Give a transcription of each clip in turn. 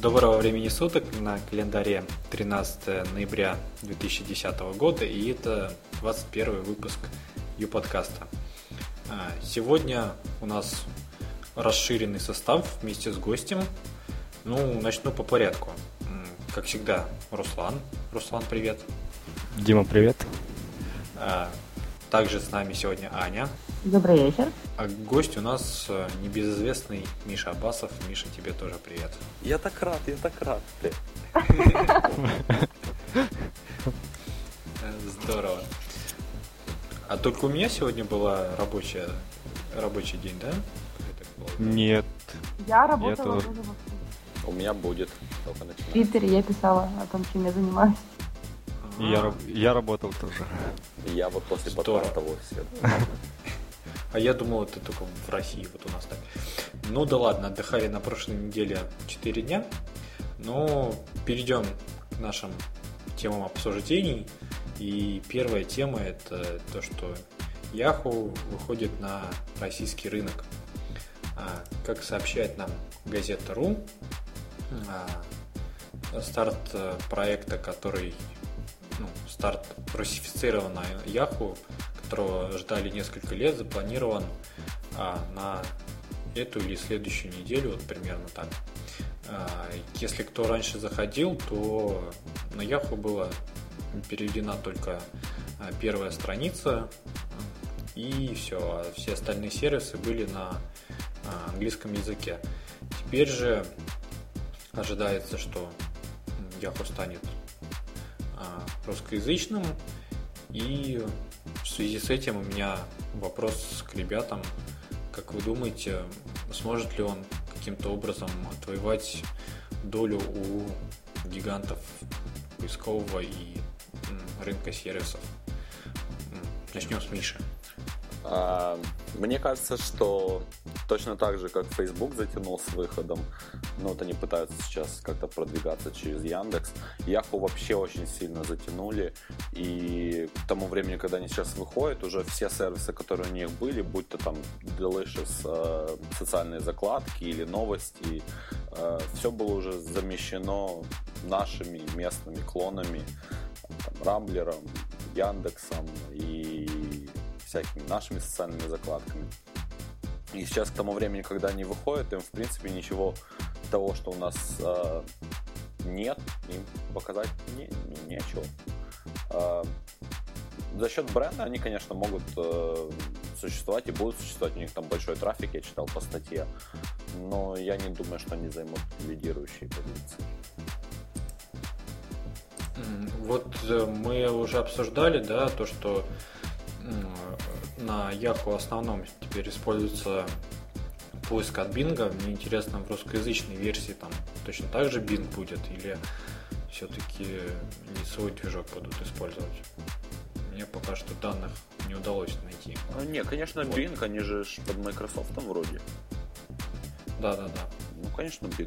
Доброго времени суток, на календаре 13 ноября 2010 года, и это 21 выпуск Ю-подкаста. Сегодня у нас расширенный состав вместе с гостем. Начну по порядку. Как всегда, Руслан. Руслан, привет. Дима, привет. Также с нами сегодня Аня. Добрый вечер. А гость у нас небезызвестный Миша Абасов. Миша, тебе тоже привет. Я так рад. Здорово. А только у меня сегодня была рабочий день, да? Нет. Я работала тоже. У меня будет. Только В Твиттере я писала о том, чем я занимаюсь. Я работал тоже. Я вот после подкаста вовсе. А я думал, это только в России вот у нас так. Ну да ладно, отдыхали на прошлой неделе 4 дня. Но перейдем к нашим темам обсуждений. И первая тема — это то, что Yahoo выходит на российский рынок. Как сообщает нам газета.ру, старт проекта, старт русифицированного Yahoo, которого ждали несколько лет, запланирован на эту или следующую неделю, вот примерно так. Если кто раньше заходил, то на Yahoo была переведена только первая страница, и все остальные сервисы были на английском языке. Теперь же ожидается, что Yahoo станет русскоязычным, и в связи с этим у меня вопрос к ребятам. Как вы думаете, сможет ли он каким-то образом отвоевать долю у гигантов поискового и рынка сервисов? Начнем с Миши. Мне кажется, что точно так же, как Facebook затянул с выходом, вот они пытаются сейчас как-то продвигаться через Яндекс, Yahoo вообще очень сильно затянули, и к тому времени, когда они сейчас выходят, уже все сервисы, которые у них были, будь то там Delicious, социальные закладки или новости, все было уже замещено нашими местными клонами, Рамблером, Яндексом и всякими нашими социальными закладками. И сейчас к тому времени, когда они выходят, им в принципе ничего того, что у нас нет, им показать нечего. За счет бренда они, конечно, могут существовать и будут существовать. У них там большой трафик, я читал по статье. Но я не думаю, что они займут лидирующие позиции. Вот мы уже обсуждали, да, то, что на Yahoo в основном теперь используется поиск от Bing. Мне интересно, в русскоязычной версии там точно так же Bing будет, или все-таки не свой движок будут использовать? Мне пока что данных не удалось найти. Не, конечно, вот. Bing, они же под Microsoft вроде. Да. Ну, конечно, Bing.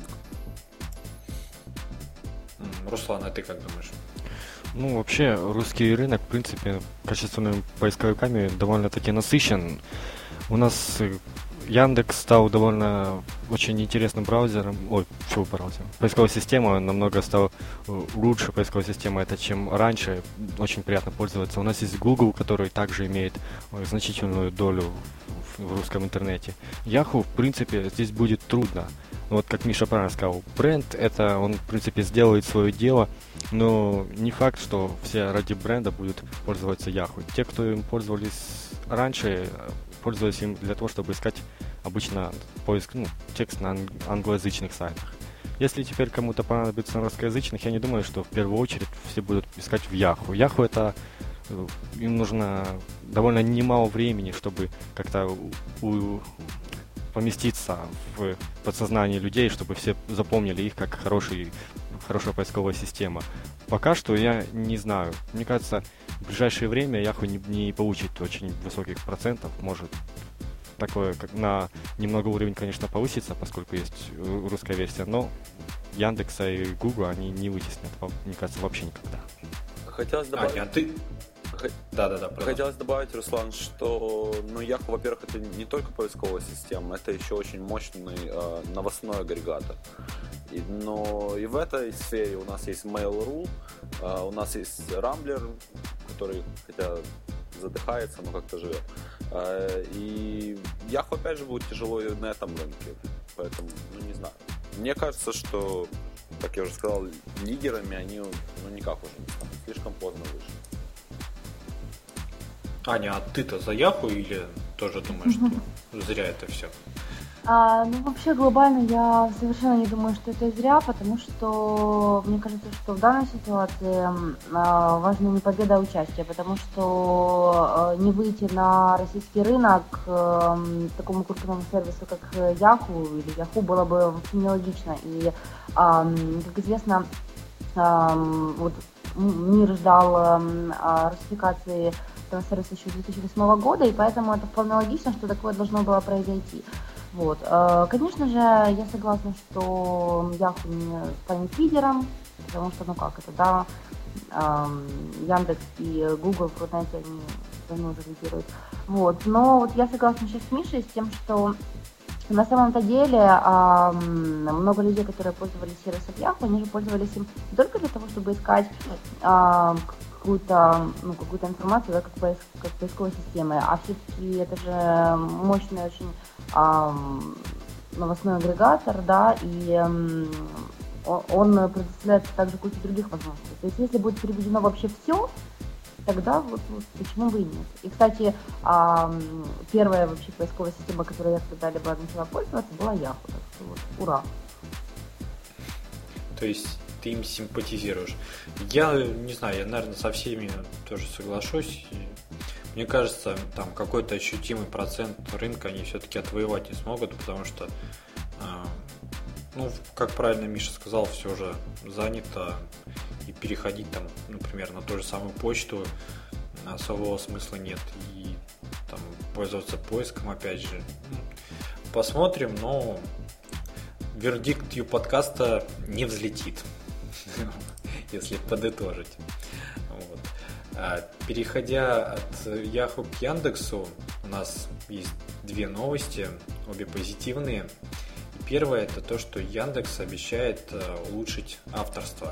Руслан, а ты как думаешь? Вообще, русский рынок, в принципе, качественными поисковиками довольно-таки насыщен. У нас Яндекс стал довольно очень интересным браузером. Поисковая система намного стала лучше поисковой системы, чем раньше. Очень приятно пользоваться. У нас есть Google, который также имеет значительную долю в русском интернете. Yahoo, в принципе, здесь будет трудно. Вот как Миша правильно сказал, бренд, он, в принципе, сделает свое дело, но не факт, что все ради бренда будут пользоваться Yahoo. Те, кто им пользовались раньше, пользовались им для того, чтобы искать обычно текст на англоязычных сайтах. Если теперь кому-то понадобится на русскоязычных, я не думаю, что в первую очередь все будут искать в Yahoo. Yahoo им нужно довольно немало времени, чтобы как-то поместиться в подсознание людей, чтобы все запомнили их как хорошая поисковая система. Пока что я не знаю. Мне кажется, в ближайшее время Yahoo не получит очень высоких процентов. Может такое, как на немного уровень, конечно, повысится, поскольку есть русская версия, но Яндекса и Гугла они не вытеснят, мне кажется, вообще никогда. Хотелось добавить... Да. Хотелось добавить, Руслан, что Yahoo, во-первых, это не только поисковая система, это еще очень мощный новостной агрегатор. Но и в этой сфере у нас есть Mail.ru, у нас есть Rambler, который, хотя задыхается, но как-то живет. И Yahoo опять же будет тяжело и на этом рынке, поэтому, не знаю. Мне кажется, что, как я уже сказал, лидерами они никак уже не станут, слишком поздно вышли. Аня, а ты-то за Yahoo или тоже думаешь, что зря это все? Вообще глобально я совершенно не думаю, что это зря, потому что мне кажется, что в данной ситуации важна не победа, а участие, потому что не выйти на российский рынок такому крупному сервису, как Yahoo или Yahoo, было бы вообще нелогично. И, как известно, вот мир ждал русификации этого сервиса еще с 2008 года, и поэтому это вполне логично, что такое должно было произойти. Вот. Конечно же, я согласна, что Yahoo не станет лидером, потому что, Яндекс и Google в Рунете, они давно уже лидируют. Вот. Но вот я согласна сейчас с Мишей с тем, что на самом-то деле много людей, которые пользовались сервисом Yahoo, они же пользовались им не только для того, чтобы искать какую-то информацию, да, как поисковой системы, а все-таки это же мощный очень новостной агрегатор, да, и он предоставляет также кучу других возможностей. То есть если будет переведено вообще все, тогда вот почему бы и нет. И, кстати, первая вообще поисковая система, которой я когда-либо начала пользоваться, была Yahoo. Так что вот, ура! То есть ты им симпатизируешь. Я не знаю, я, наверное, со всеми тоже соглашусь. Мне кажется, там какой-то ощутимый процент рынка они все-таки отвоевать не смогут, потому что, как правильно Миша сказал, все уже занято, и переходить там, например, на ту же самую почту особого смысла нет, и там пользоваться поиском, опять же. Посмотрим, но вердикт Ю-подкаста не взлетит, если подытожить. Переходя от Yahoo к Яндексу, у нас есть две новости, обе позитивные. И первое — это то, что Яндекс обещает улучшить авторство.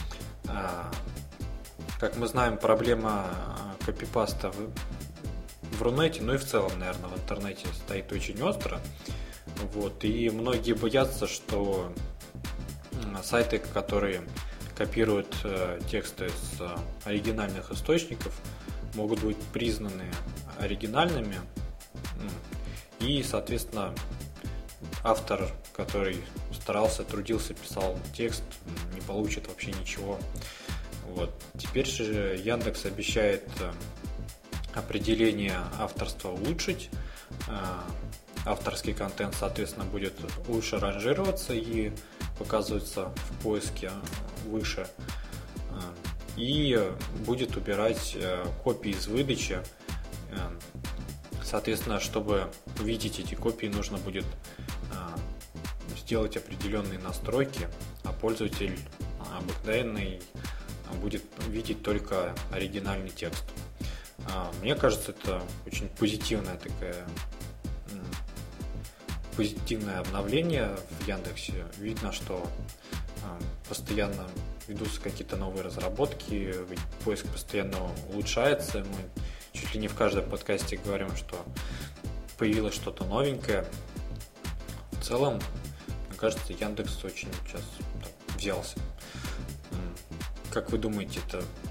Как мы знаем, проблема копипаста в Рунете, и в целом, наверное, в интернете стоит очень остро. Вот, и многие боятся, что сайты, которые копируют тексты с оригинальных источников, могут быть признаны оригинальными, и, соответственно, автор, который старался, трудился, писал текст, не получит вообще ничего. Вот. Теперь же Яндекс обещает определение авторства улучшить. Авторский контент, соответственно, будет лучше ранжироваться и показываться в поиске выше. И будет убирать копии из выдачи. Соответственно, чтобы увидеть эти копии, нужно будет сделать определенные настройки, а пользователь обыкновенный будет видеть только оригинальный текст. Мне кажется, это очень позитивное обновление в Яндексе. Видно, что постоянно ведутся какие-то новые разработки, поиск постоянно улучшается. Мы чуть ли не в каждом подкасте говорим, что появилось что-то новенькое. В целом, мне кажется, Яндекс очень сейчас взялся. Как вы думаете,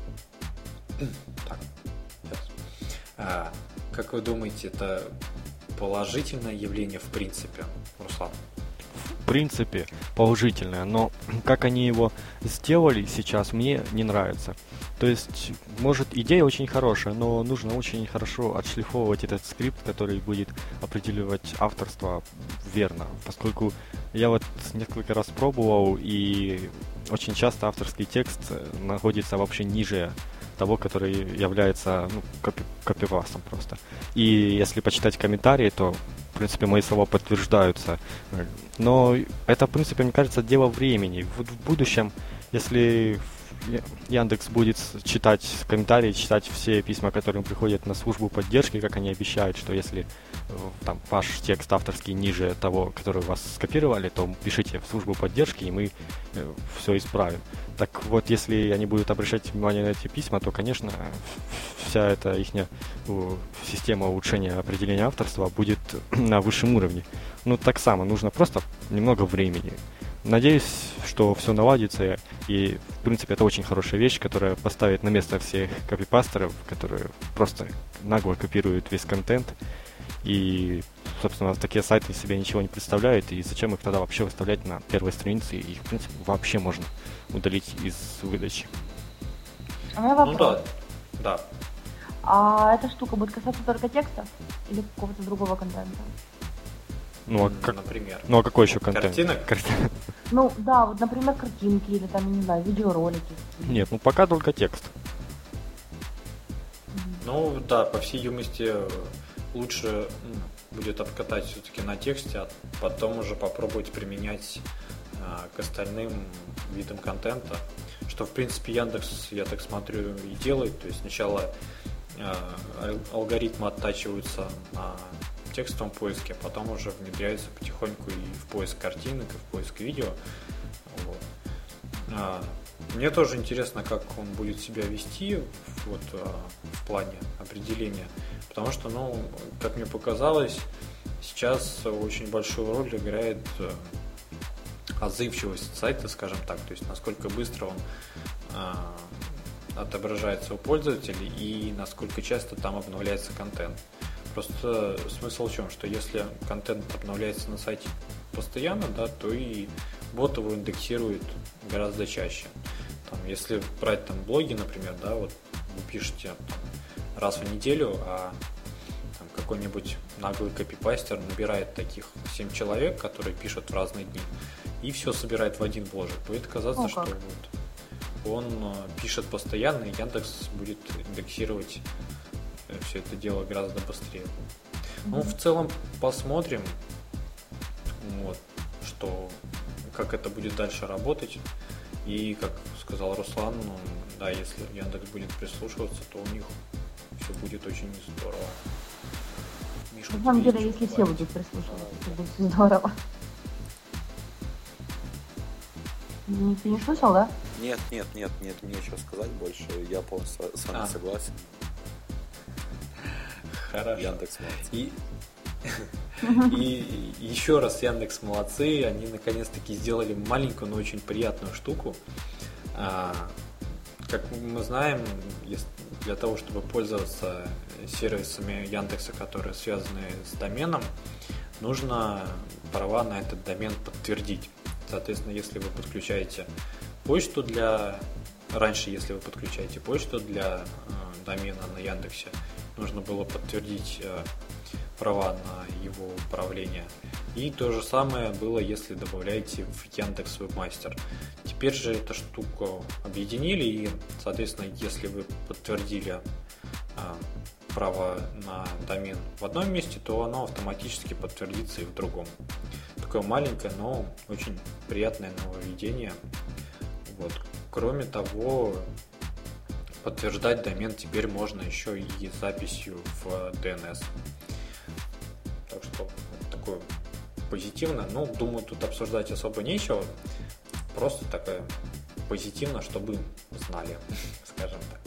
как вы думаете, это положительное явление в принципе, Руслан? В принципе, положительное, но как они его сделали сейчас, мне не нравится. То есть, может, идея очень хорошая, но нужно очень хорошо отшлифовывать этот скрипт, который будет определять авторство верно. Поскольку я вот несколько раз пробовал, и очень часто авторский текст находится вообще ниже того, который является копипастом просто. И если почитать комментарии, то, в принципе, мои слова подтверждаются. Но это, в принципе, мне кажется, дело времени. Вот в будущем, если Яндекс будет читать комментарии, читать все письма, которые приходят на службу поддержки, как они обещают, что если там ваш текст авторский ниже того, который вас скопировали, то пишите в службу поддержки, и мы все исправим. Так вот, если они будут обращать внимание на эти письма, то, конечно, вся эта их система улучшения определения авторства будет на высшем уровне. Ну, так само, нужно просто немного времени. Надеюсь, что все наладится, и, в принципе, это очень хорошая вещь, которая поставит на место всех копипастеров, которые просто нагло копируют весь контент, и, собственно, такие сайты из себя ничего не представляют, и зачем их тогда вообще выставлять на первой странице, и, в принципе, вообще можно удалить из выдачи. У меня вопрос. Ну да. А эта штука будет касаться только текста или какого-то другого контента? Ну, а как, например. Ну, а какой еще контент? Картинок? Ну, да, вот, например, картинки или там, я не знаю, видеоролики. Нет, ну пока только текст. Ну, да, по всей видимости, лучше будет обкатать все-таки на тексте, а потом уже попробовать применять к остальным видам контента, что, в принципе, Яндекс, я так смотрю, и делает. То есть сначала алгоритмы оттачиваются на текстовом поиске, а потом уже внедряются потихоньку и в поиск картинок, и в поиск видео. Вот. Мне тоже интересно, как он будет себя вести вот, в плане определения, потому что, ну, как мне показалось, сейчас очень большую роль играет отзывчивость сайта, скажем так, то есть насколько быстро он отображается у пользователей и насколько часто там обновляется контент. Просто смысл в чем, что если контент обновляется на сайте постоянно, да, то и бот его индексирует гораздо чаще. Там, если брать там блоги, например, да, вот вы пишете там, раз в неделю, а там, какой-нибудь наглый копипастер набирает таких 7 человек, которые пишут в разные дни, и все собирает в один бложек. Будет казаться, что вот он пишет постоянно, и Яндекс будет индексировать все это дело гораздо быстрее. Ну, в целом, посмотрим, вот, как это будет дальше работать. И, как сказал Руслан, да, если Яндекс будет прислушиваться, то у них все будет очень здорово. Миша, на самом деле, если все будут прислушиваться, то будет все здорово. Ты не слышал, да? Нет, нечего сказать больше. Я полностью с вами согласен. Хорошо. Яндекс молодцы. И еще раз, Яндекс молодцы. Они наконец-таки сделали маленькую, но очень приятную штуку. Как мы знаем, для того, чтобы пользоваться сервисами Яндекса, которые связаны с доменом, нужно права на этот домен подтвердить. Соответственно, если вы подключаете почту раньше, если вы подключаете почту для домена на Яндексе, нужно было подтвердить права на его управление. И то же самое было, если добавляете в Яндекс Вебмастер. Теперь же эту штуку объединили, и, соответственно, если вы подтвердили право на домен в одном месте, то оно автоматически подтвердится и в другом. Такое маленькое, но очень приятное нововведение. Вот. Кроме того, подтверждать домен теперь можно еще и записью в DNS. Так что такое позитивно. Ну, думаю, тут обсуждать особо нечего. Просто такое позитивно, чтобы знали, скажем так.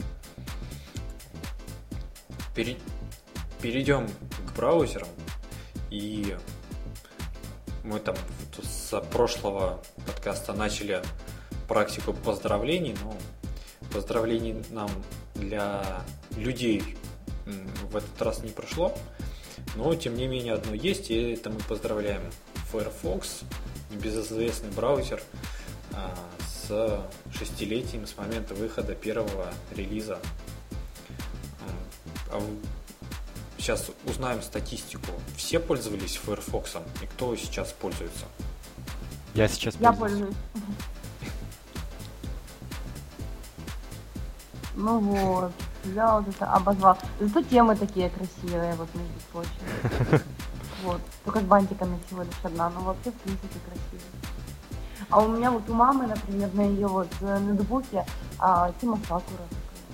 Перейдем к браузерам. И мы там с прошлого подкаста начали практику поздравлений. Но поздравлений нам для людей в этот раз не прошло. Но, тем не менее, одно есть, и это мы поздравляем Firefox, небезызвестный браузер, с 6-летием с момента выхода первого релиза. Сейчас узнаем статистику. Все пользовались Firefox, и кто сейчас пользуется? Я сейчас пользуюсь. Ну вот, я вот это обозвал. Зато темы такие красивые, вот, между прочим. Вот, только с бантиками всего лишь одна, но вообще, в принципе, красивые. А у меня вот у мамы, например, на ее вот ноутбуке тема Сакура.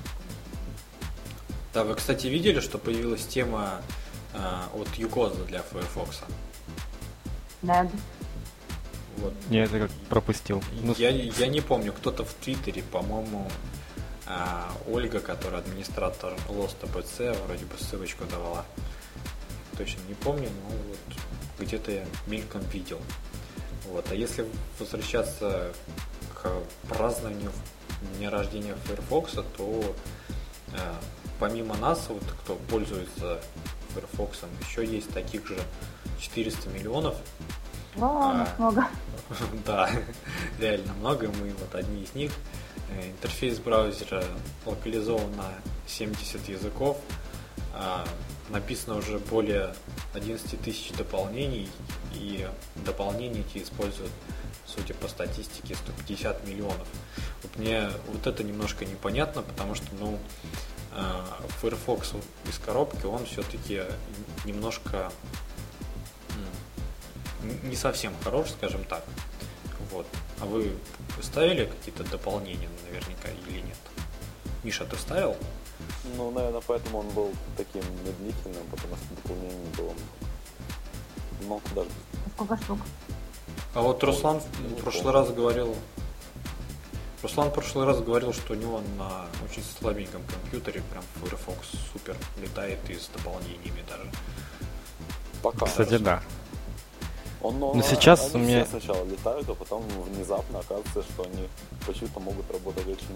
Да, вы, кстати, видели, что появилась тема от Юкоза для Firefox? Нет. Вот. Я это как пропустил. Ну, Я не помню, кто-то в Твиттере, по-моему, Ольга, которая администратор LostAPC, вроде бы ссылочку давала. Точно не помню, но вот где-то я мельком видел. Вот. А если возвращаться к празднованию дня рождения Firefox, то помимо нас, вот, кто пользуется Firefox, еще есть таких же 400 миллионов. Много. Да, реально много, мы вот одни из них. Интерфейс браузера локализован на 70 языков. Написано уже более 11 тысяч дополнений, и дополнения эти используют, судя по статистике, 150 миллионов. Вот мне вот это немножко непонятно, потому что, Firefox из коробки, он все-таки немножко не совсем хорош, скажем так. Вот. А вы ставили какие-то дополнения наверняка или нет? Миша, ты ставил? Ну, наверное, поэтому он был таким медлительным, потому что дополнений было много. Ну, куда же? Сколько штук? А вот Руслан в прошлый раз говорил, что у него на очень слабеньком компьютере прям Firefox супер летает и с дополнениями даже. Пока. Кстати, да. Но сейчас они у меня... все сначала летают, а потом внезапно оказывается, что они почему-то могут работать очень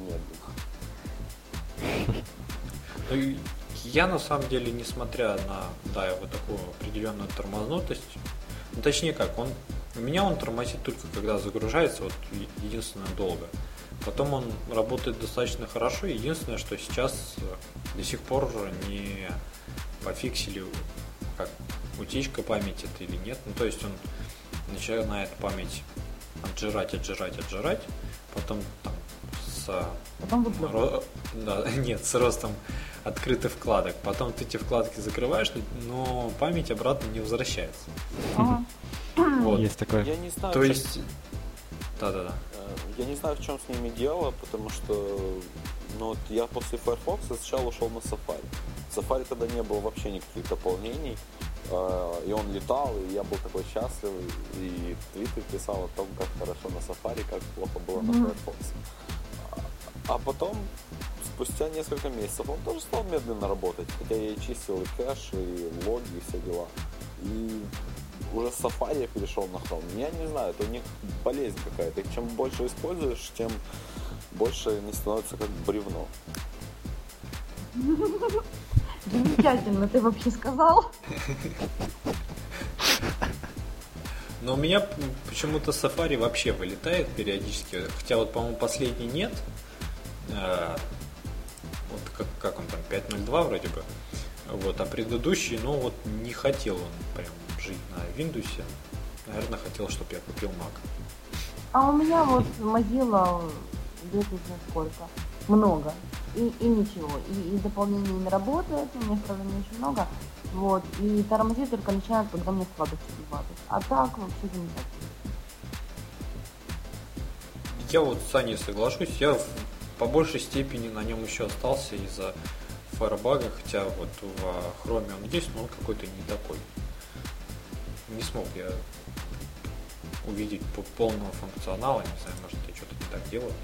медленно. Я на самом деле, несмотря на вот такую определенную тормознутость, точнее как, у меня он тормозит только когда загружается, вот единственное долго. Потом он работает достаточно хорошо. Единственное, что сейчас до сих пор не пофиксили, как утечка памяти это или нет. То есть он начинает память отжирать, потом там с ростом открытых вкладок. Потом ты эти вкладки закрываешь, но память обратно не возвращается. Вот. Есть такое. Я не знаю. То есть, да. Я не знаю, в чем с ними дело, потому что я после Firefox сначала ушел на Safari. В Safari тогда не было вообще никаких дополнений, и он летал, и я был такой счастливый, и Twitter писал о том, как хорошо на Safari, как плохо было на Firefox. А потом, спустя несколько месяцев, он тоже стал медленно работать, хотя я и чистил и кэш, и логи, и все дела. И уже с Safari я перешел на Chrome. Я не знаю, это у них болезнь какая-то. И чем больше используешь, тем больше не становится как бревно. Замечательно, ты вообще сказал. Но у меня почему-то Safari вообще вылетает периодически. Хотя вот, по-моему, последний нет. Вот как он там, 5.02 вроде бы. Вот, а предыдущий, не хотел он прям жить на Windows. Наверное, хотел, чтобы я купил Mac. А у меня вот Mozilla лет уже сколько? Много. И ничего. И дополнение не работает, у меня, правда, не очень много. Вот. И тормозит только начинает, когда мне вкладочки выбивают. А так вообще замечательно. Я вот с Аней соглашусь. Я по большей степени на нем еще остался из-за Firebug, хотя вот в Chrome он есть, но он какой-то не такой. Не смог я увидеть полного функционала, не знаю, может я что-то не так делаю.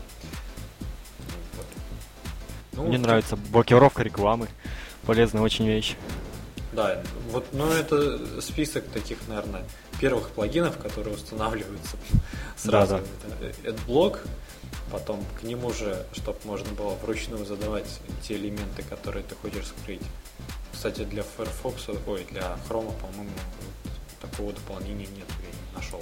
Вот. Мне нравится блокировка рекламы, полезная очень вещь. Да, вот, это список таких, наверное, первых плагинов, которые устанавливаются сразу. Да. AdBlock, потом к нему же, чтобы можно было вручную задавать те элементы, которые ты хочешь скрыть. Кстати, для Firefox, для Chrome, по-моему, такого дополнения нет, я не нашел.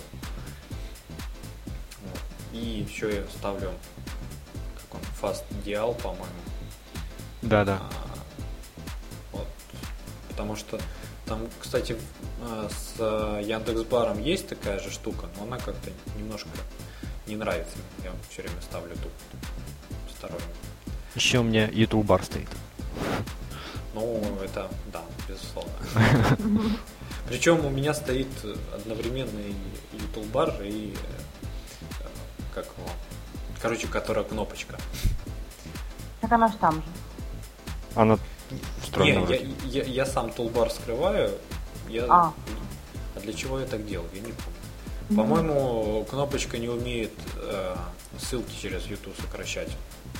Вот. И еще я ставлю FastDial, по-моему. Да. Вот. Потому что там, кстати, с Яндекс.Баром есть такая же штука, но она как-то немножко не нравится. Я все время ставлю тут стороннюю. Еще у меня YouTube-бар стоит. Это, да, безусловно. Причем у меня стоит одновременно и YouTube-бар, и как его, короче, которая кнопочка. Так она ж там же. Она встроена. Не, я сам тулбар скрываю. А для чего я так делал? Я не помню. По-моему, кнопочка не умеет ссылки через YouTube сокращать.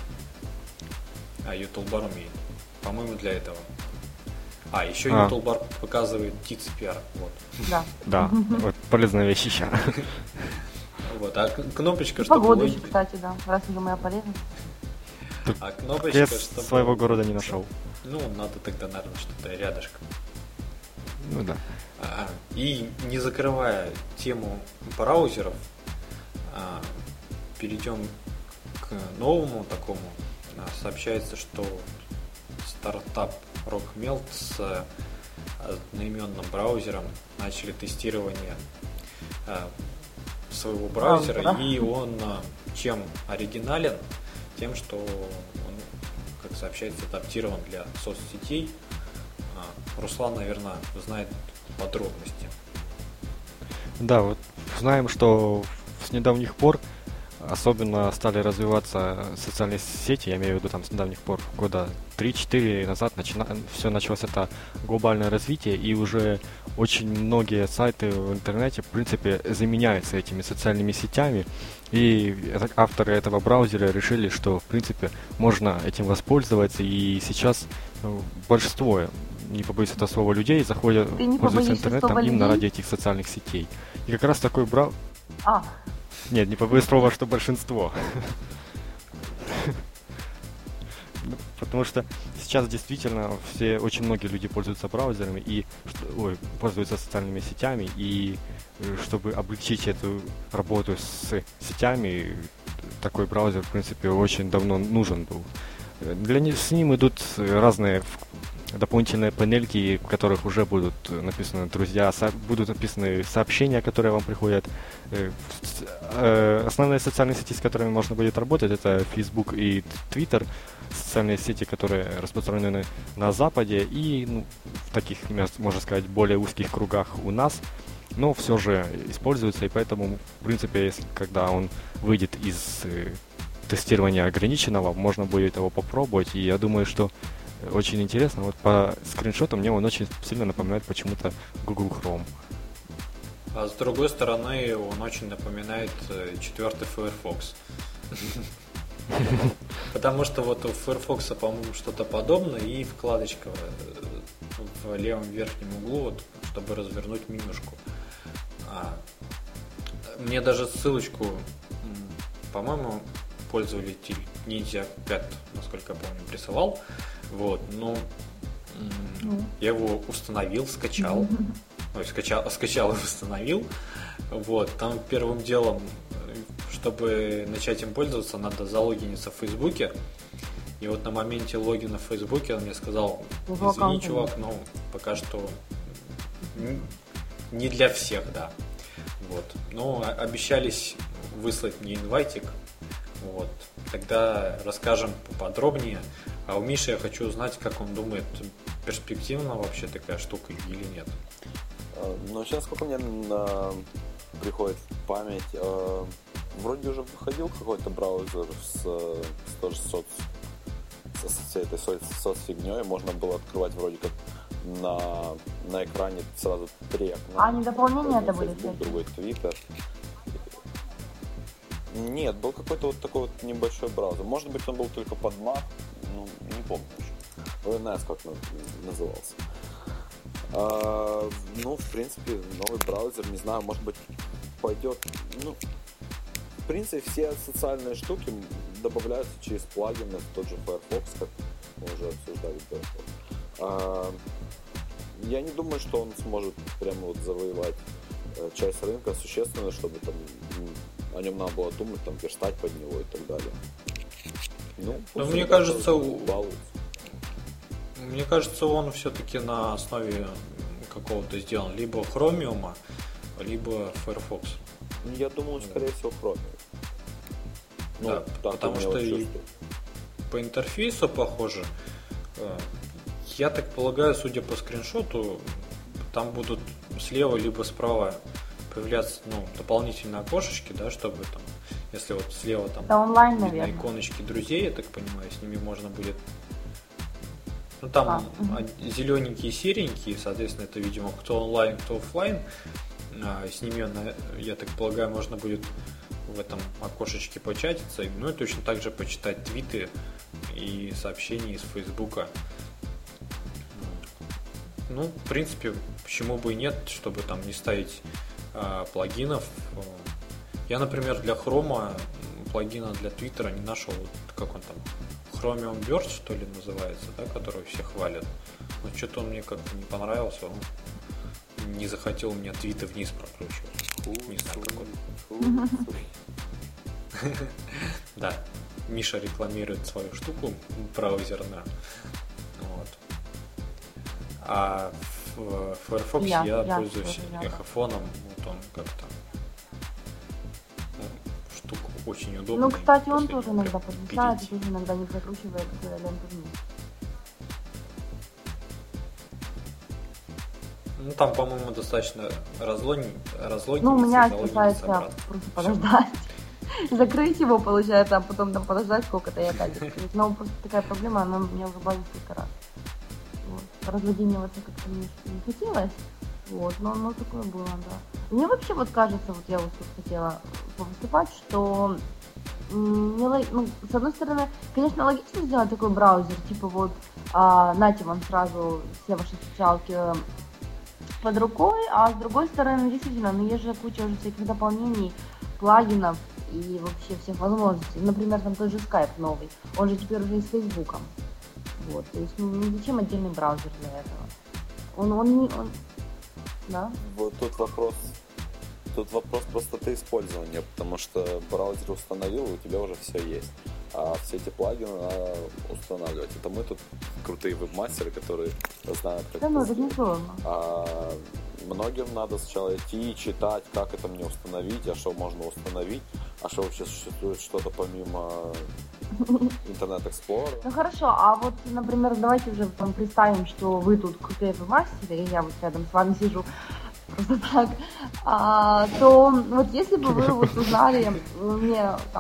А U-Toolbar умеет. По-моему, для этого. Еще U-Toolbar показывает TCPR. Вот. Да, вот полезная вещь еще. Вот, а кнопочка, чтобы... Погода еще, кстати, да, раз уже моя полезность. А кнопочка, я своего города не нашел. Ну, надо тогда, наверное, что-то рядышком. Ну да. И не закрывая тему браузеров, перейдем к новому такому. Сообщается, что стартап RockMelt с одноименным браузером начали тестирование своего браузера, и он чем оригинален? Тем, что он, как сообщается, адаптирован для соцсетей. Руслан, наверное, знает подробности. Да, вот знаем, что с недавних пор особенно стали развиваться социальные сети, я имею в виду там с недавних пор, года 3-4 назад все началось это глобальное развитие, и уже очень многие сайты в интернете, в принципе, заменяются этими социальными сетями, и авторы этого браузера решили, что, в принципе, можно этим воспользоваться, и сейчас большинство, не побоюсь этого слова, людей заходят, пользуются интернетом именно ради этих социальных сетей. И как раз такой браузер... Нет, не побоюсь слова, что большинство. Потому что сейчас действительно очень многие люди пользуются браузерами и пользуются социальными сетями, и чтобы облегчить эту работу с сетями, такой браузер, в принципе, очень давно нужен был. С ним идут разные дополнительные панельки, в которых уже будут написаны друзья, будут написаны сообщения, которые вам приходят. Основные социальные сети, с которыми можно будет работать, это Facebook и Twitter, социальные сети, которые распространены на Западе и в таких, можно сказать, более узких кругах у нас, но все же используются, и поэтому, в принципе, когда он выйдет из тестирования ограниченного, можно будет его попробовать, и я думаю, что очень интересно. Вот по скриншоту мне он очень сильно напоминает почему-то Google Chrome. А с другой стороны, он очень напоминает 4-й Firefox. Потому что вот у Firefox, по-моему, что-то подобное, и вкладочка в левом верхнем углу, вот, чтобы развернуть менюшку. Мне даже ссылочку, по-моему, пользователь Ninja 5, насколько я помню, присылал. Вот, я его установил, скачал. Скачал и установил. Вот, там первым делом, чтобы начать им пользоваться, надо залогиниться в Фейсбуке. И вот на моменте логина в Фейсбуке он мне сказал: извини, чувак, но пока что не для всех, да. Вот. Но обещались выслать мне инвайтик. Вот. Тогда расскажем поподробнее. А у Миши я хочу узнать, как он думает, перспективна вообще такая штука или нет. Ну, сейчас сколько мне приходит в память, вроде уже выходил какой-то браузер с всей этой соцфигней, можно было открывать вроде как на экране сразу 3 окна. А не дополнения это были? Facebook, другой Twitter. Нет, был какой-то вот такой вот небольшой браузер. Может быть, он был только под Mac, не помню уже. ONS как назывался. В принципе, новый браузер, не знаю, может быть, пойдет. В принципе, все социальные штуки добавляются через плагины, в тот же Firefox, как мы уже обсуждали до этого. Я не думаю, что он сможет прямо вот завоевать часть рынка существенно, чтобы там о нем надо было думать, там, верстать под него и так далее. Мне кажется, он все-таки на основе какого-то сделан либо Chromium, либо Firefox. Я думаю, скорее всего, Chromium. Да, потому что и по интерфейсу похоже. Я так полагаю, судя по скриншоту, там будут слева либо справа появляться дополнительные окошечки, да, чтобы там Если вот слева там Это онлайн, видно наверное. иконочки друзей, я так понимаю, с ними можно будет... Ну там зелененькие и серенькие, соответственно, это, видимо, кто онлайн, кто офлайн. С ними, я так полагаю, можно будет в этом окошечке початиться, ну и точно так же почитать твиты и сообщения из Фейсбука. Ну, в принципе, почему бы и нет, чтобы там не ставить плагинов. Я, например, для Хрома плагина для Твиттера не нашел, как он там, Chromium Burst, что ли, называется, да, который все хвалят. Но что-то он мне как-то не понравился, он не захотел мне твиты вниз прокручивать. Не знаю, как он. Да, Миша рекламирует свою штуку браузерную. Вот. А в Firefox я пользуюсь эхофоном, вот он как-то штука очень удобная. Ну, кстати, он тоже иногда подвисает, и тоже иногда не закручивает ленту вниз. Ну, там, по-моему, достаточно разлогин. Ну, у меня касается просто подождать. Закрыть его, получается, а потом там подождать сколько-то и опять открыть. Но просто такая проблема, она у меня уже бывает несколько раз. Вот. Разлогиниваться как-то мне не хотелось. Вот, но такое было, да. Мне вообще вот кажется, вот я вот тут хотела выступать, что с одной стороны, конечно, логично сделать такой браузер, типа вот нате вам сразу все ваши социалки под рукой, а с другой стороны, действительно, есть же куча уже всяких дополнений, плагинов и вообще всех возможностей. Например, там тот же Skype новый, он же теперь уже и с Фейсбуком. Вот, то есть, зачем отдельный браузер для этого? Да? Вот тут вопрос простоты использования, потому что браузер установил, и у тебя уже все есть. А все эти плагины надо устанавливать. Это мы тут крутые веб-мастеры, которые знают, как это сделать. Не сложно. А многим надо сначала идти и читать, как это мне установить, а что можно установить, а что вообще существует что-то помимо Internet Explorer. Ну хорошо, а вот, например, давайте уже представим, что вы тут крутые веб-мастеры, и я вот рядом с вами сижу просто так, то вот если бы вы вот узнали мне там,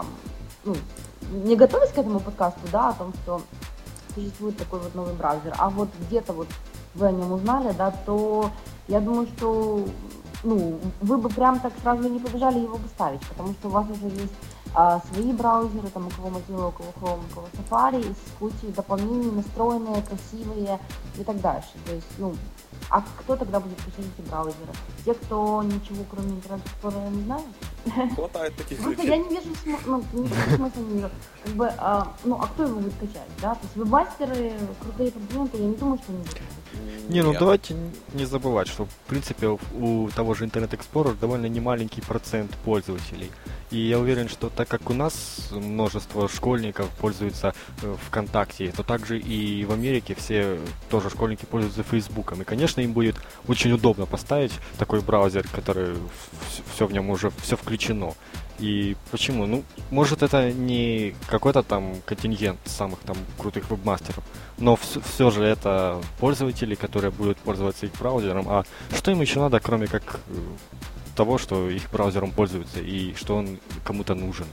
не готовясь к этому подкасту, да, о том, что существует такой вот новый браузер, а вот где-то вот вы о нем узнали, да, то я думаю, что вы бы прям так сразу не побежали его бы ставить, потому что у вас уже есть свои браузеры, там у кого Mozilla, у кого Chrome, у кого Safari, с кучей дополнений, настроенные, красивые и так дальше. То есть, а кто тогда будет писать эти браузеры? Те, кто ничего кроме Internet Explorer не знает? Хватает таких Просто людей. я не вижу смысла, как бы, а кто его будет качать, да? То есть веб-мастеры, крутые продвинутые, я не думаю, что они будут. Давайте не забывать, что в принципе у того же Internet Explorer довольно немаленький процент пользователей. И я уверен, что так как у нас множество школьников пользуются ВКонтакте, то также и в Америке все тоже школьники пользуются Фейсбуком. И, конечно, им будет очень удобно поставить такой браузер, который все в нем уже все включено. И почему? Может, это не какой-то там контингент самых там крутых веб-мастеров, но все же это пользователи, которые будут пользоваться их браузером. А что им еще надо, кроме как того, что их браузером пользуются и что он кому-то нужен?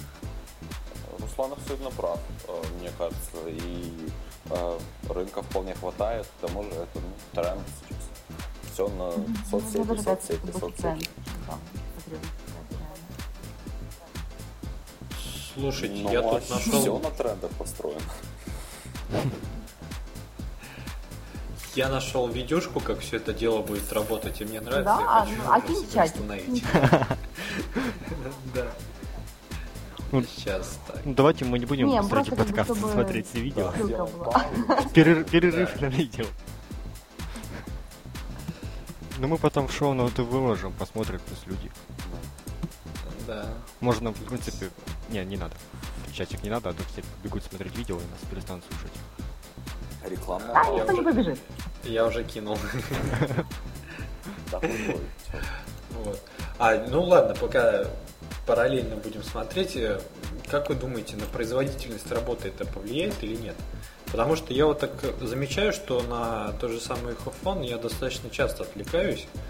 Руслан абсолютно прав, мне кажется, и рынка вполне хватает, к тому же это тренд сейчас. Все на соцсети. Слушайте, я тут нашел... Все на трендах построено. Я нашел видюшку, как все это дело будет работать, и мне нравится. Да, я хочу кинь чатик. установить. Да. Сейчас так. Давайте мы не будем среди подкаста смотреть все видео. Перерыв на видео. Но мы потом в шоу-ноуты выложим, посмотрят плюс люди. Да. Можно, в принципе... Не надо. Чатик не надо, а то все бегут смотреть видео и нас перестанут слушать. Реклама. Никто не побежит. Я уже кинул. Да, вот. Ладно, пока параллельно будем смотреть. Как вы думаете, на производительность работы это повлияет или нет? Потому что я вот так замечаю, что на тот же самый Хофон я достаточно часто отвлекаюсь.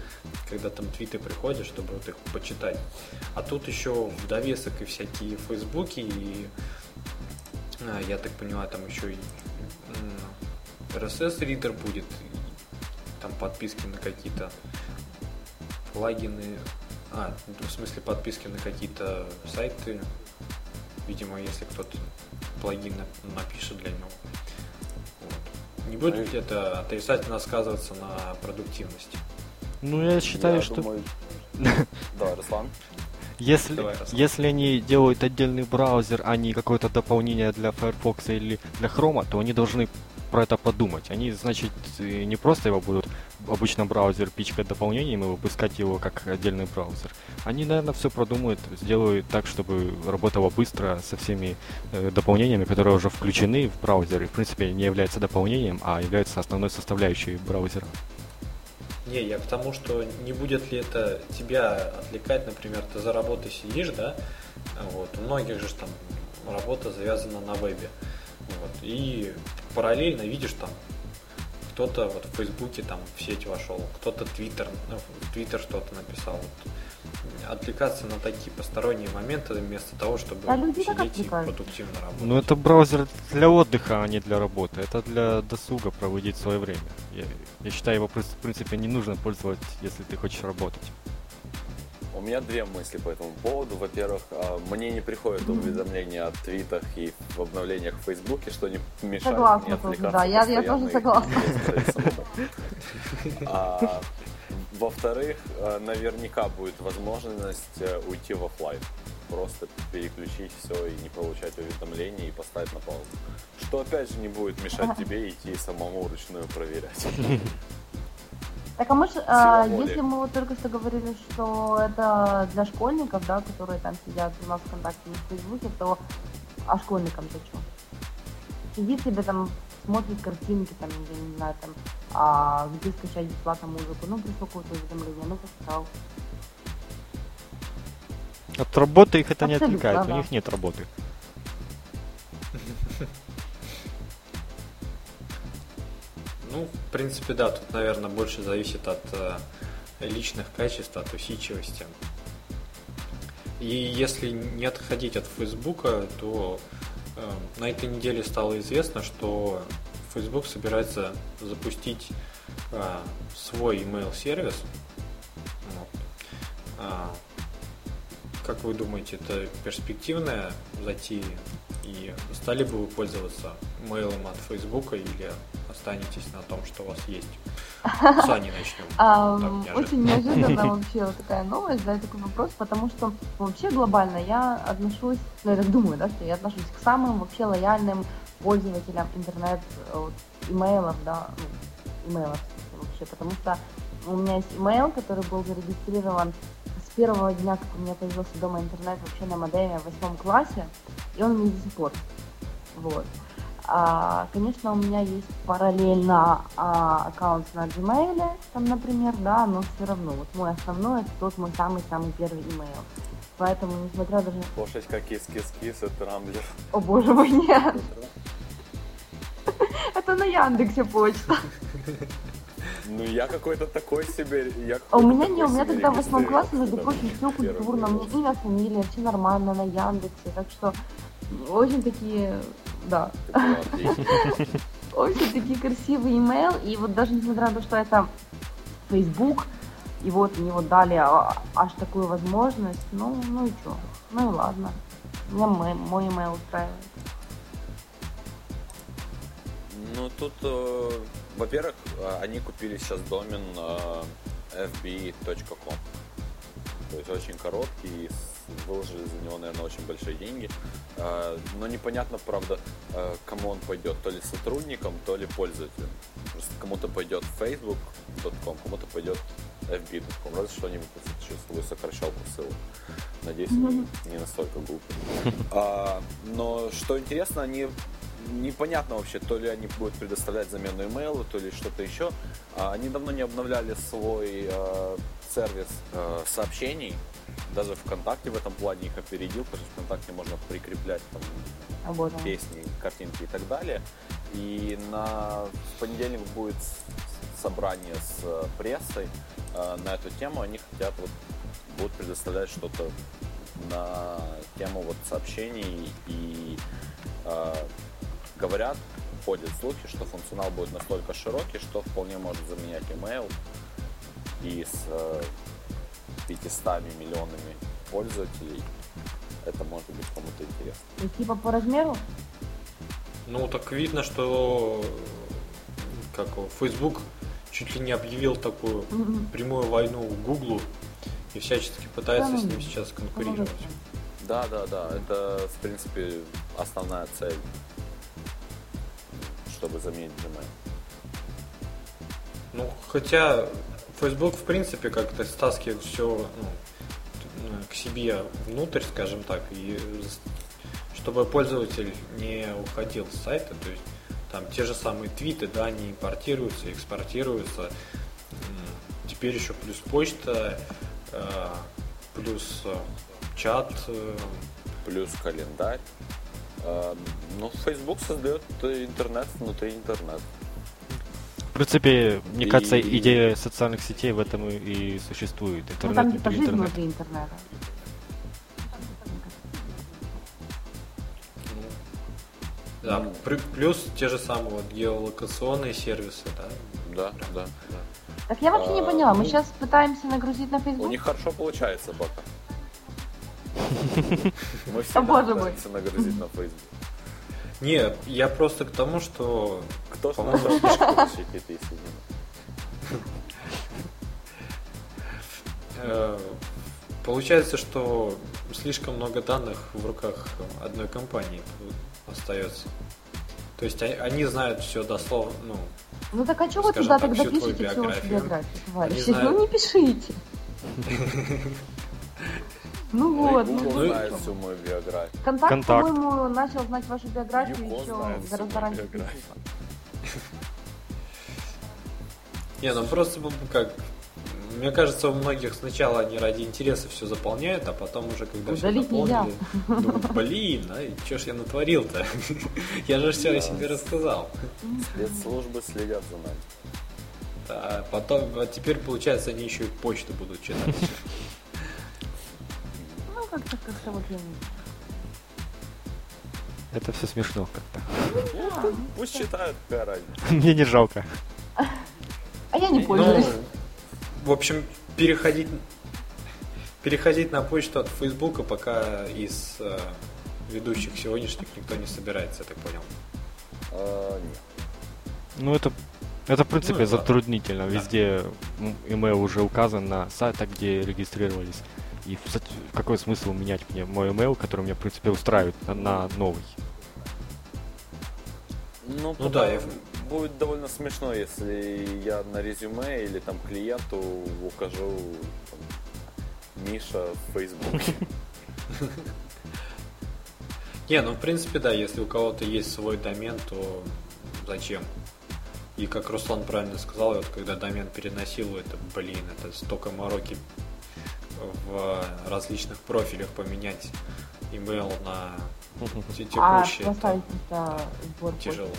когда там твиты приходят, чтобы вот их почитать. А тут еще в довесок и всякие фейсбуки, и я так понимаю, там еще и RSS-ридер будет, и там подписки на какие-то плагины, в смысле подписки на какие-то сайты, видимо, если кто-то плагин напишет для него. Вот. Не будет ли это отрицательно сказываться на продуктивности? Ну, я считаю, Я что... думаю... Да, Руслан? Если они делают отдельный браузер, а не какое-то дополнение для Firefox или для Chrome, то они должны про это подумать. Они, значит, не просто его будут в обычном браузере пичкать дополнением и выпускать его как отдельный браузер. Они, наверное, все продумают, сделают так, чтобы работало быстро со всеми дополнениями, которые уже включены в браузер и, в принципе, не являются дополнением, а являются основной составляющей браузера. Не, я к тому, что не будет ли это тебя отвлекать, например, ты за работой сидишь, да, вот, у многих же там работа завязана на вебе, вот, и параллельно видишь там, кто-то вот в Фейсбуке там в сеть вошел, кто-то в Твиттер что-то написал, вот. Отвлекаться на такие посторонние моменты вместо того, чтобы сидеть и продуктивно работать. Ну, это браузер для отдыха, а не для работы. Это для досуга проводить свое время. Я считаю, его, в принципе, не нужно пользоваться, если ты хочешь работать. У меня две мысли по этому поводу. Во-первых, мне не приходят уведомления о твитах и в обновлениях в Фейсбуке, что не мешает мне отвлекаться. Да, я тоже согласна. Во-вторых, наверняка будет возможность уйти в офлайн. Просто переключить все и не получать уведомлений и поставить на паузу. Что опять же не будет мешать тебе идти самому вручную проверять. Так, а мы если мы вот только что говорили, что это для школьников, да, которые там сидят у нас в ВКонтакте и в Фейсбуке, то а школьникам-то что? Сидит себе там, смотрит картинки, там, я не знаю, там, где скачать бесплатно музыку, ну, пришло какое-то уведомление, ну, почитал. От работы их это Абсолютно, не отвлекает, да. у них нет работы. Ну, в принципе, да, тут, наверное, больше зависит от личных качеств, от усидчивости. И если не отходить от Фейсбука, то на этой неделе стало известно, что Facebook собирается запустить свой email-сервис. Вот. Как вы думаете, это перспективная затея? И стали бы вы пользоваться мейлом от Фейсбука или останетесь на том, что у вас есть? С Аней начнем. Очень неожиданно вообще вот такая новость, да, такой вопрос, потому что вообще глобально я отношусь, ну я так думаю, да, что я отношусь к самым вообще лояльным пользователям имейлов, да, имейлов вообще, потому что у меня есть имейл, который был зарегистрирован с первого дня, как у меня появился дома интернет вообще на модеме в 8 классе, и он у меня до сих пор, вот. Конечно, у меня есть параллельно аккаунт на Gmail, там, например, да, но все равно, вот мой основной, это тот мой самый-самый первый имейл. Поэтому, несмотря даже... Слушать, как кис-кис-кис, это Рамблер. О боже мой, нет! Это на Яндексе почта. Ну, я какой-то такой себе... У меня тогда в 8 классе, между прочим, все культурно, у меня имя, фамилия, все нормально на Яндексе, так что очень такие... Да. Очень такие красивые имейл, и вот даже несмотря на то, что это Facebook, и вот мне вот дали аж такую возможность, ну и что, ну и ладно, меня мой имейл устраивает. Ну тут, во-первых, они купили сейчас домен fb.com, то есть очень короткий, и выложили за него, наверное, очень большие деньги. Но непонятно, правда, кому он пойдет. То ли сотрудникам, то ли пользователям. Просто кому-то пойдет facebook.com, кому-то пойдет fb.com. Разве что они выпустят сейчас свою сокращалку ссылок. Надеюсь, они не настолько глупые. Но что интересно, они непонятно вообще, то ли они будут предоставлять замену имейла, то ли что-то еще. Они давно не обновляли свой сервис сообщений. Даже ВКонтакте в этом плане их опередил, потому что ВКонтакте можно прикреплять там песни, картинки и так далее. И в понедельник будет собрание с прессой на эту тему, они хотят вот будут предоставлять что-то на тему вот сообщений и говорят, ходят слухи, что функционал будет настолько широкий, что вполне может заменять email и с 500 миллионами пользователей это может быть кому-то интересно. И типа по размеру? Ну, так видно, что Facebook чуть ли не объявил такую прямую войну Гуглу и всячески пытается с ним сейчас конкурировать. Да, это, в принципе, основная цель, чтобы заменить Gmail. Ну, хотя Facebook, в принципе, как-то стаскивает все к себе внутрь, скажем так, и чтобы пользователь не уходил с сайта, то есть там те же самые твиты, да, они импортируются, экспортируются. Теперь еще плюс почта, плюс чат. Плюс календарь. Ну, Facebook создает интернет внутри интернета. В принципе, мне кажется, идея социальных сетей в этом и существует. Интернет, там типа жизнь внутри интернета. Да, плюс те же самые вот геолокационные сервисы, да? Да. Так я вообще не поняла, мы сейчас пытаемся нагрузить на Facebook? У них хорошо получается пока. Мы все пытаемся нагрузить на Facebook. Нет, я просто к тому, что... Кто ж нашел какие-то сидим? Получается, что слишком много данных в руках одной компании остается. То есть они знают все дословно. Ну так а что вы туда тогда пишете всю вашу биографию, товарищи? Ну не пишите. Ну вот. Google знает всю мою биографию. Контакт, по-моему, начал знать вашу биографию еще гораздо раньше. Не, ну просто как... Мне кажется, у многих сначала они ради интереса все заполняют, а потом уже, когда все заполнили, думают, блин, что ж я натворил-то? Я же все о себе рассказал. Спецслужбы следят за нами. Да, потом, а теперь, получается, они еще и почту будут читать. Ну, как-то вот я не... Это все смешно как-то. Пусть читают, какая разница. Мне не жалко. А я не пользуюсь. В общем, переходить на почту от Фейсбука пока из ведущих сегодняшних никто не собирается, я так понял. Нет. Ну, это в принципе затруднительно. Везде email уже указан на сайтах, где регистрировались. И какой смысл менять мне мой email, который меня, в принципе, устраивает, на новый? Ну да, будет довольно смешно, если я на резюме или там клиенту укажу там, Миша в Фейсбуке. Не, ну в принципе да, если у кого-то есть свой домен, то зачем? И как Руслан правильно сказал, вот когда домен переносил, это столько мороки в различных профилях поменять email на текущий, это тяжело.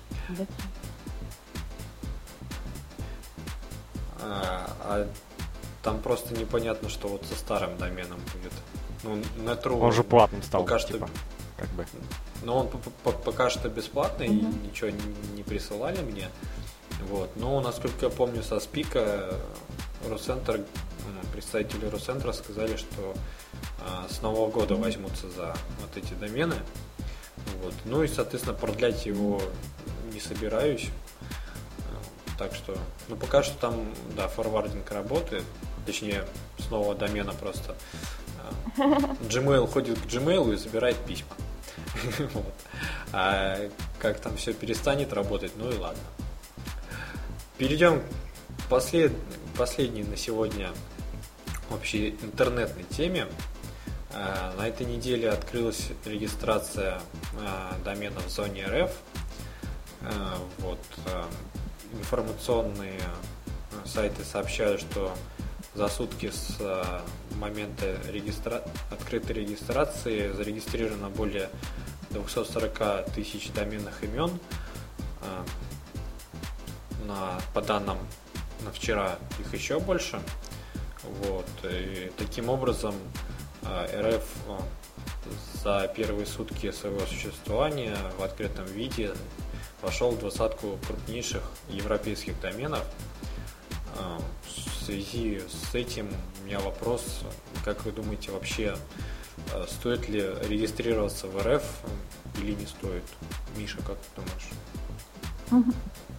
А там просто непонятно, что вот со старым доменом будет. Ну, Net.ru он же платным стал, пока типа, как бы. Но он пока что бесплатный, и ничего не присылали мне. Вот. Но, насколько я помню, со Спика Росцентр, представители Росцентра сказали, что с Нового года возьмутся за вот эти домены. Вот. Ну и, соответственно, продлять его не собираюсь. Так что, пока что там, да, форвардинг работает. Точнее, с нового домена просто Gmail ходит к Gmail и забирает письма. Вот. А как там все перестанет работать, ну и ладно. Перейдем к последней на сегодня общей интернетной теме. На этой неделе открылась регистрация домена в зоне РФ. Вот. Информационные сайты сообщают, что за сутки с момента открытой регистрации зарегистрировано более 240 тысяч доменных имен. по данным на вчера их еще больше. Вот. И таким образом РФ за первые сутки своего существования в открытом виде вошел в 20-ку крупнейших европейских доменов. В связи с этим у меня вопрос, как вы думаете, вообще стоит ли регистрироваться в РФ или не стоит? Миша, как ты думаешь?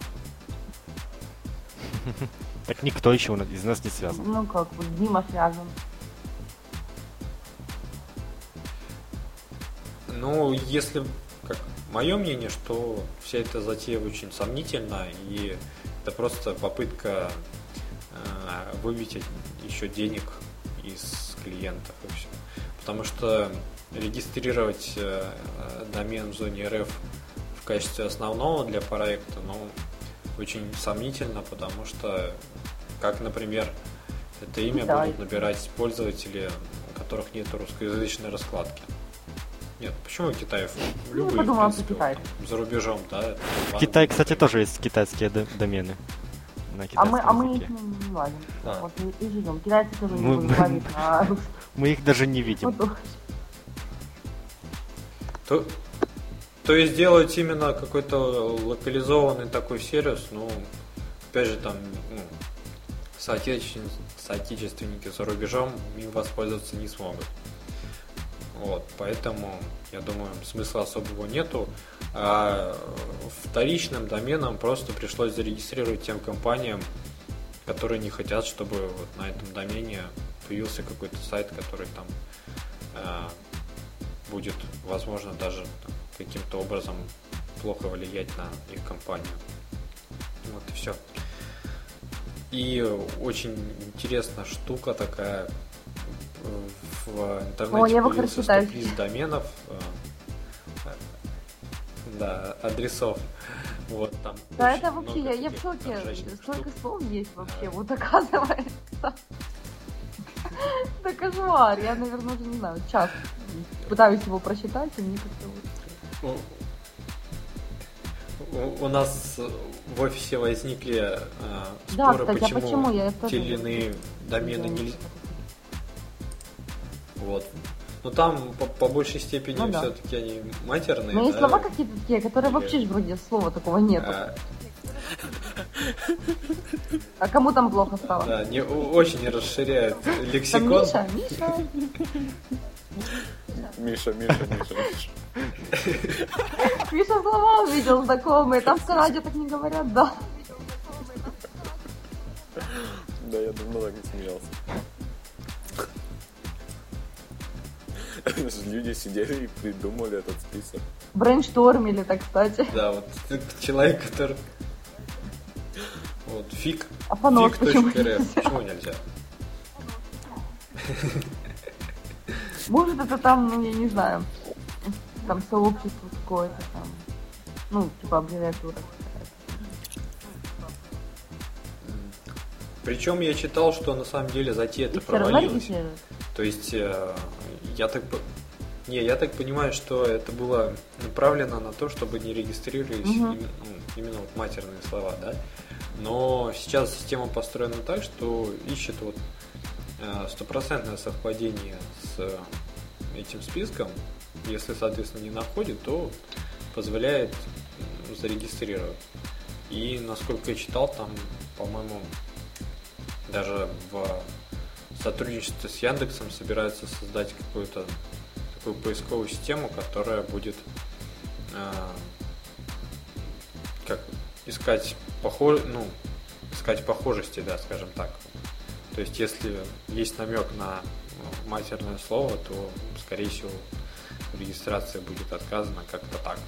Так никто еще из нас не связан. Ну как, вот Дима связан. Ну, если, как мое мнение, что вся эта затея очень сомнительна, и это просто попытка выбить еще денег из клиентов и все. Потому что регистрировать домен в зоне РФ в качестве основного для проекта, очень сомнительно, потому что, как, например, это имя будут набирать пользователи, у которых нет русскоязычной раскладки. Нет, почему Китай? Любые, подумала, в принципе, вот, за рубежом, да. В Китае, кстати, тоже есть китайские домены. А мы их не лазим. Вот и живем. Китайцы тоже не будут лазить на русский. Мы их даже не видим. То есть делать именно какой-то локализованный такой сервис, опять же, там, соотечественники за рубежом им воспользоваться не смогут. Вот, поэтому, я думаю, смысла особого нету. А вторичным доменом просто пришлось зарегистрировать тем компаниям, которые не хотят, чтобы вот на этом домене появился какой-то сайт, который там будет, возможно, даже каким-то образом плохо влиять на их компанию. Вот и все. И очень интересная штука такая. В интернете появился стоп-лист доменов, адресов. Вот, там да, это вообще, я в шоке. Столько слов есть вообще, вот оказывается. Это кошмар. Я, наверное, уже не знаю, час пытаюсь его прочитать, и мне как-то У нас в офисе возникли споры, кстати, почему те или иные домены нельзя. Вот. Но там по большей степени все-таки они матерные. Но есть слова какие-то такие, которые вообще вроде слова такого нет. А кому там плохо стало? Да, не очень расширяют лексикон. Миша. Миша слова увидел знакомые. Там в Канаде так не говорят, да. Да, я давно так не смеялся. Люди сидели и придумали этот список. Брейнштормили, так, кстати. Да, вот человек, который... Вот, фиг. Почему нельзя? Может, это там, я не знаю, там сообщество какое-то там, типа аббревиатура. Причем я читал, что на самом деле затея-то провалилась. То есть я так понимаю, что это было направлено на то, чтобы не регистрировались именно вот матерные слова, да. Но сейчас система построена так, что ищет вот стопроцентное совпадение с этим списком. Если, соответственно, не находит, то позволяет зарегистрировать. И насколько я читал, там, по-моему, даже в сотрудничестве с Яндексом собираются создать какую-то такую поисковую систему, которая будет искать похожести, да, скажем так. То есть, если есть намек на матерное слово, то, скорее всего, регистрация будет отказана как-то так.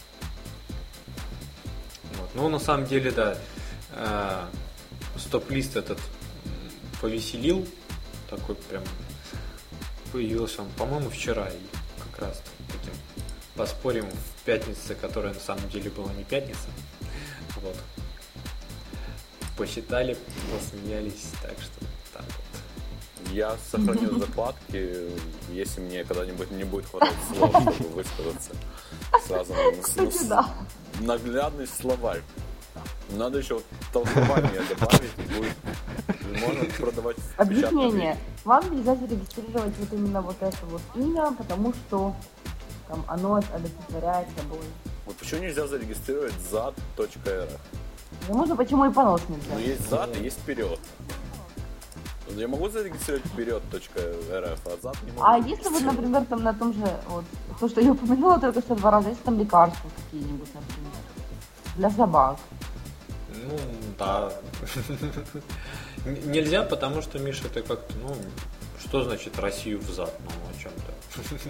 Вот. Ну, на самом деле, да, стоп-лист этот повеселил, такой прям появился он, по-моему, вчера, и как раз таким поспорим в пятнице, которая на самом деле была не пятница. Вот. Посчитали, посмеялись, так что так вот. Я сохраню закладки, если мне когда-нибудь не будет хватать слов, чтобы высказаться. Сразу Кстати, да. наглядный словарь. Надо еще вот толкование добавить, и будет можно продавать в печатном Объяснение. виде. Вам нельзя зарегистрировать вот именно вот это вот имя, потому что там оно олицетворяет собой. Вот почему нельзя зарегистрировать zad.rf? Да можно почему и понос Ну, нельзя. есть зад и есть вперед. Вот я могу зарегистрировать вперед.rf, а зад не могу. А если вот, например, там на том же, вот, то, что я упомянула только что 2 раза, если там лекарства какие-нибудь, например, для собак. Ну, да. Нельзя, потому что, Миша, это как-то, ну, что значит Россию взад, ну, о чем-то.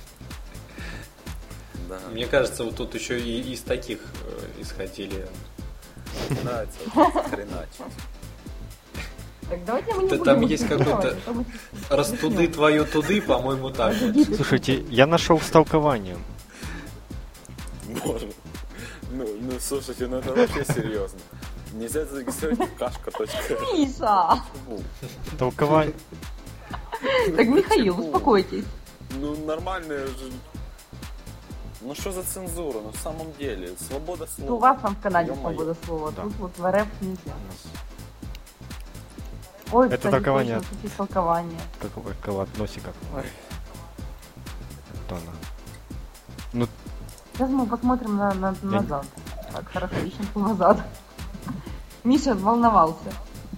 Да. Мне кажется, вот тут еще и из таких исходили. Нравится вот хреначить. Так давайте мы не будем Там есть утверждать, какой-то а то мы растуды твою туды, по-моему, так вот. Слушайте, я нашел с толкованием. Боже. Ну, слушайте, ну это вообще серьезно. Нельзя зарегистрировать кашка.рф. Миша! Толкование. Так, Михаил, Почему? успокойтесь. Ну, нормальные же... Ну, что за цензура? Ну, в самом деле, свобода У слова. вас там в Канаде Ё-моё. свобода слова, Да. тут вот в РФ нельзя. Ой, Это кстати, толкование. точно, тут есть толкование. Какого носика. Ой. Тона. Ну, Сейчас мы посмотрим назад. Так, хорошо, ищем назад. Миша волновался.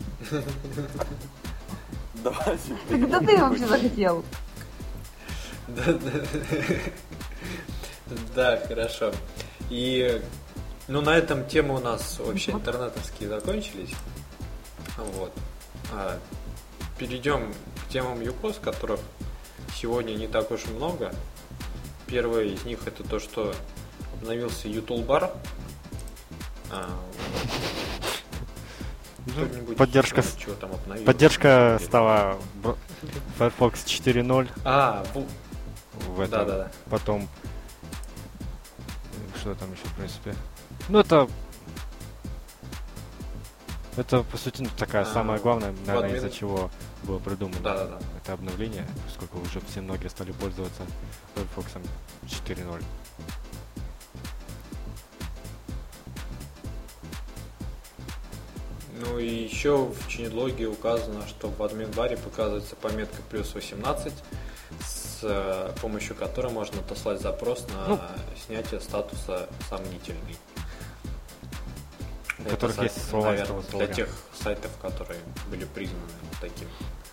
Давайте. Так да ты вообще захотел. Да, хорошо. И, ну, на этом темы у нас вообще интернетовские закончились. Вот. Перейдем к темам ЮКОС, которых сегодня не так уж и много. Первое из них это то, что обновился YouTube-бар. Кто-нибудь поддержка знает, чего там обновилось? поддержка стала Firefox 4.0 в этом. Да. Потом что там еще, в принципе? Ну, это по сути, такая самая главная, наверное, из-за чего было придумано Да. это обновление, поскольку уже все многие стали пользоваться Firefox 4.0. Ну и еще в ченедлоге указано, что в админ-баре показывается пометка плюс 18, с помощью которой можно отослать запрос на снятие статуса сомнительный. У которых Это, есть слова наверное, этого для слога. тех сайтов, которые были признаны таким.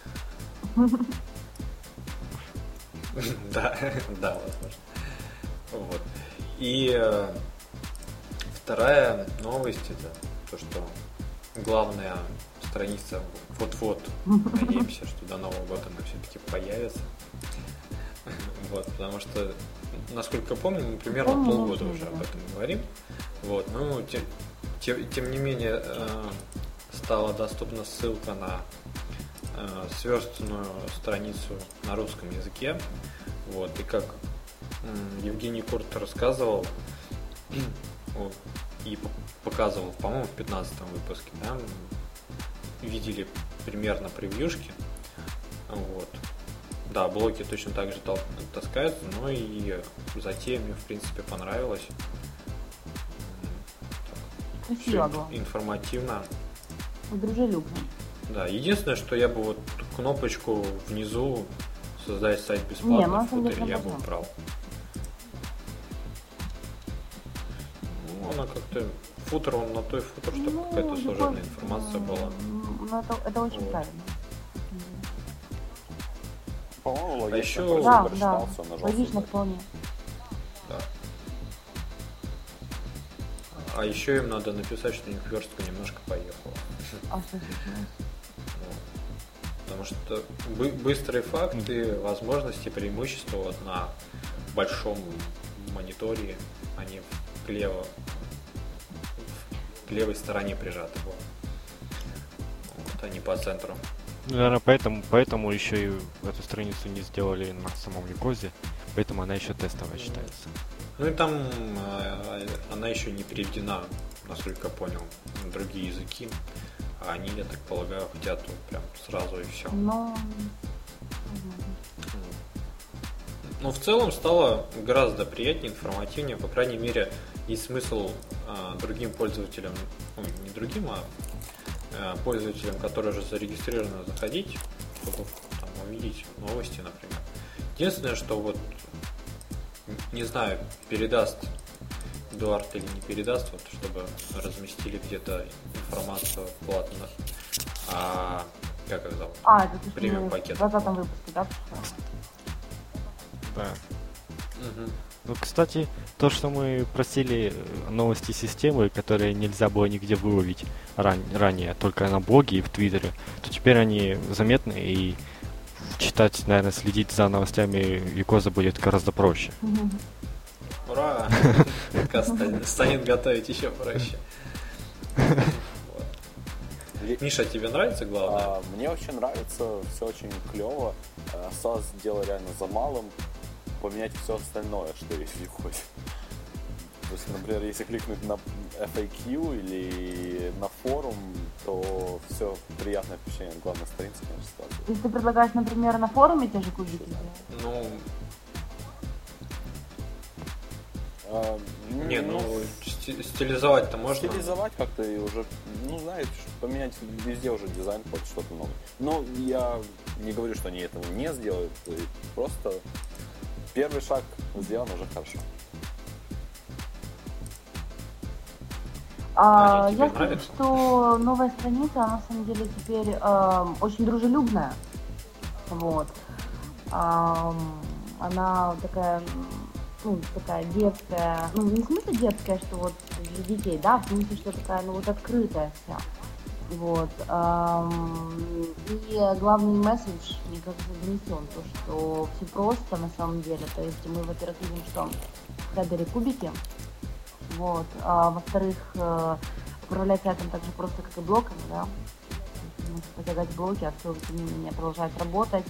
Да, возможно. Вот. И вторая новость это то, что главная страница вот-вот, надеемся, что до Нового года она все-таки появится. Вот, потому что, насколько помню, мы примерно полгода уже об этом говорим. Вот, ну, тем не менее, стала доступна ссылка на сверстанную страницу на русском языке. Вот, и как Евгений Курт рассказывал и показывал, по-моему, в 15-м выпуске, да, видели примерно превьюшки. Вот. Да, блоки точно так же таскаются, но и затея мне, в принципе, понравилась. Красиво Всё было. информативно. Дружелюбно. Да, единственное, что я бы вот кнопочку внизу создать сайт Не, бесплатно ну, в футере конечно, я бы можно. убрал. Ну, она как-то... Футер, он на той футер, чтобы Ну, какая-то любой- служебная информация была. Ну, это очень Вот. правильно. По-моему, логично. еще- Просто Да, прочитался, нажал логично сюда. вполне. Да. А еще им надо написать, что у них верстка немножко поехала. А что случилось? Вот. Потому что быстрые факты, возможности, преимущества вот на большом мониторе, они в левой стороне прижаты. Вот они по центру. Наверное, поэтому еще и эту страницу не сделали на самом Викозе, поэтому она еще тестовая считается. Ну и там она еще не переведена, насколько я понял, на другие языки. А они, я так полагаю, хотят вот прям сразу и все. Но... Но в целом стало гораздо приятнее, информативнее. По крайней мере, есть смысл другим пользователям, ну, не другим, а пользователям, которые уже зарегистрированы, заходить, чтобы там увидеть новости, например. Единственное, что вот, не знаю, передаст Эдуард или не передаст, вот, чтобы разместили где-то информацию платно. Как их зовут? Это премиум пакет. В 20-м выпуске, да? Да. Угу. Ну, кстати, то, что мы просили новости системы, которые нельзя было нигде выловить ранее, только на блоге и в Твиттере, то теперь они заметны, и читать, наверное, следить за новостями Викоза будет гораздо проще. Ура! Подкаст станет готовить еще проще. Миша, тебе нравится главное? Мне очень нравится, все очень клево. Осталось дело реально за малым. Поменять все остальное, что есть в Викозе. То есть, например, если кликнуть на FAQ или на форум, то все приятное впечатление от главной страницы, конечно, складывается. Если ты предлагаешь, например, на форуме те же кубики делать? Ну, стилизовать-то можно? Стилизовать как-то и уже, знаешь, поменять везде уже дизайн, хоть что-то новое. Но я не говорю, что они этого не сделают, просто первый шаг сделан уже хорошо. Я скажу, что новая страница, она на самом деле теперь очень дружелюбная. Вот. Она такая, такая детская, не в смысле детская, что вот для детей, да, в смысле, что такая, открытая вся. Вот. И главный месседж, мне кажется, донесен, то, что все просто на самом деле. То есть мы, во-первых, видим, что хедеры кубики, вот, во-вторых, управлять сайтом так же просто, как и блоками, да. Можно потягать блоки, а все, тем не менее, продолжает работать.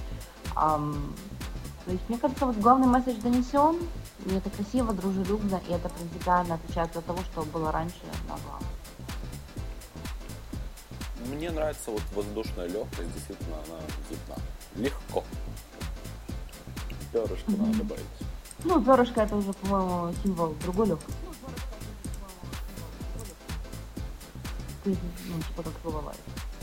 То есть, мне кажется, вот главный месседж донесен, и это красиво, дружелюбно, и это принципиально отличается от того, что было раньше на главном. Мне нравится вот воздушная легкость, действительно, она видна. Легко. Перышко надо добавить. Перышко это уже, по-моему, символ другой легкости. Типа как бывает.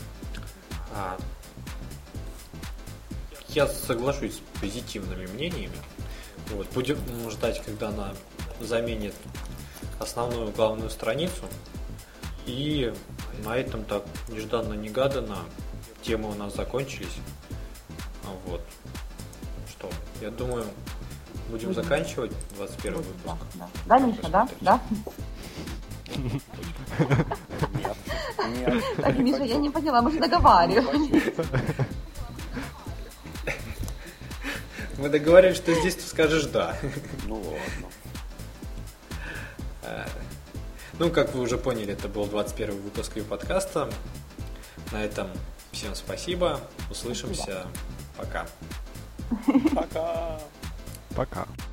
Я соглашусь с позитивными мнениями. Вот. Будем ждать, когда она заменит основную главную страницу. И на этом так нежданно-негаданно темы у нас закончились. Вот. Что, я думаю, будем заканчивать 21 выпуск. Да, Миша, да? Да? Нет. Так, Миша, я не поняла, мы же договаривались. Мы договорились, что здесь ты скажешь «да». Ну ладно. Как вы уже поняли, это был 21 выпуск подкаста. На этом всем спасибо. Услышимся. Пока. Пока. Пока.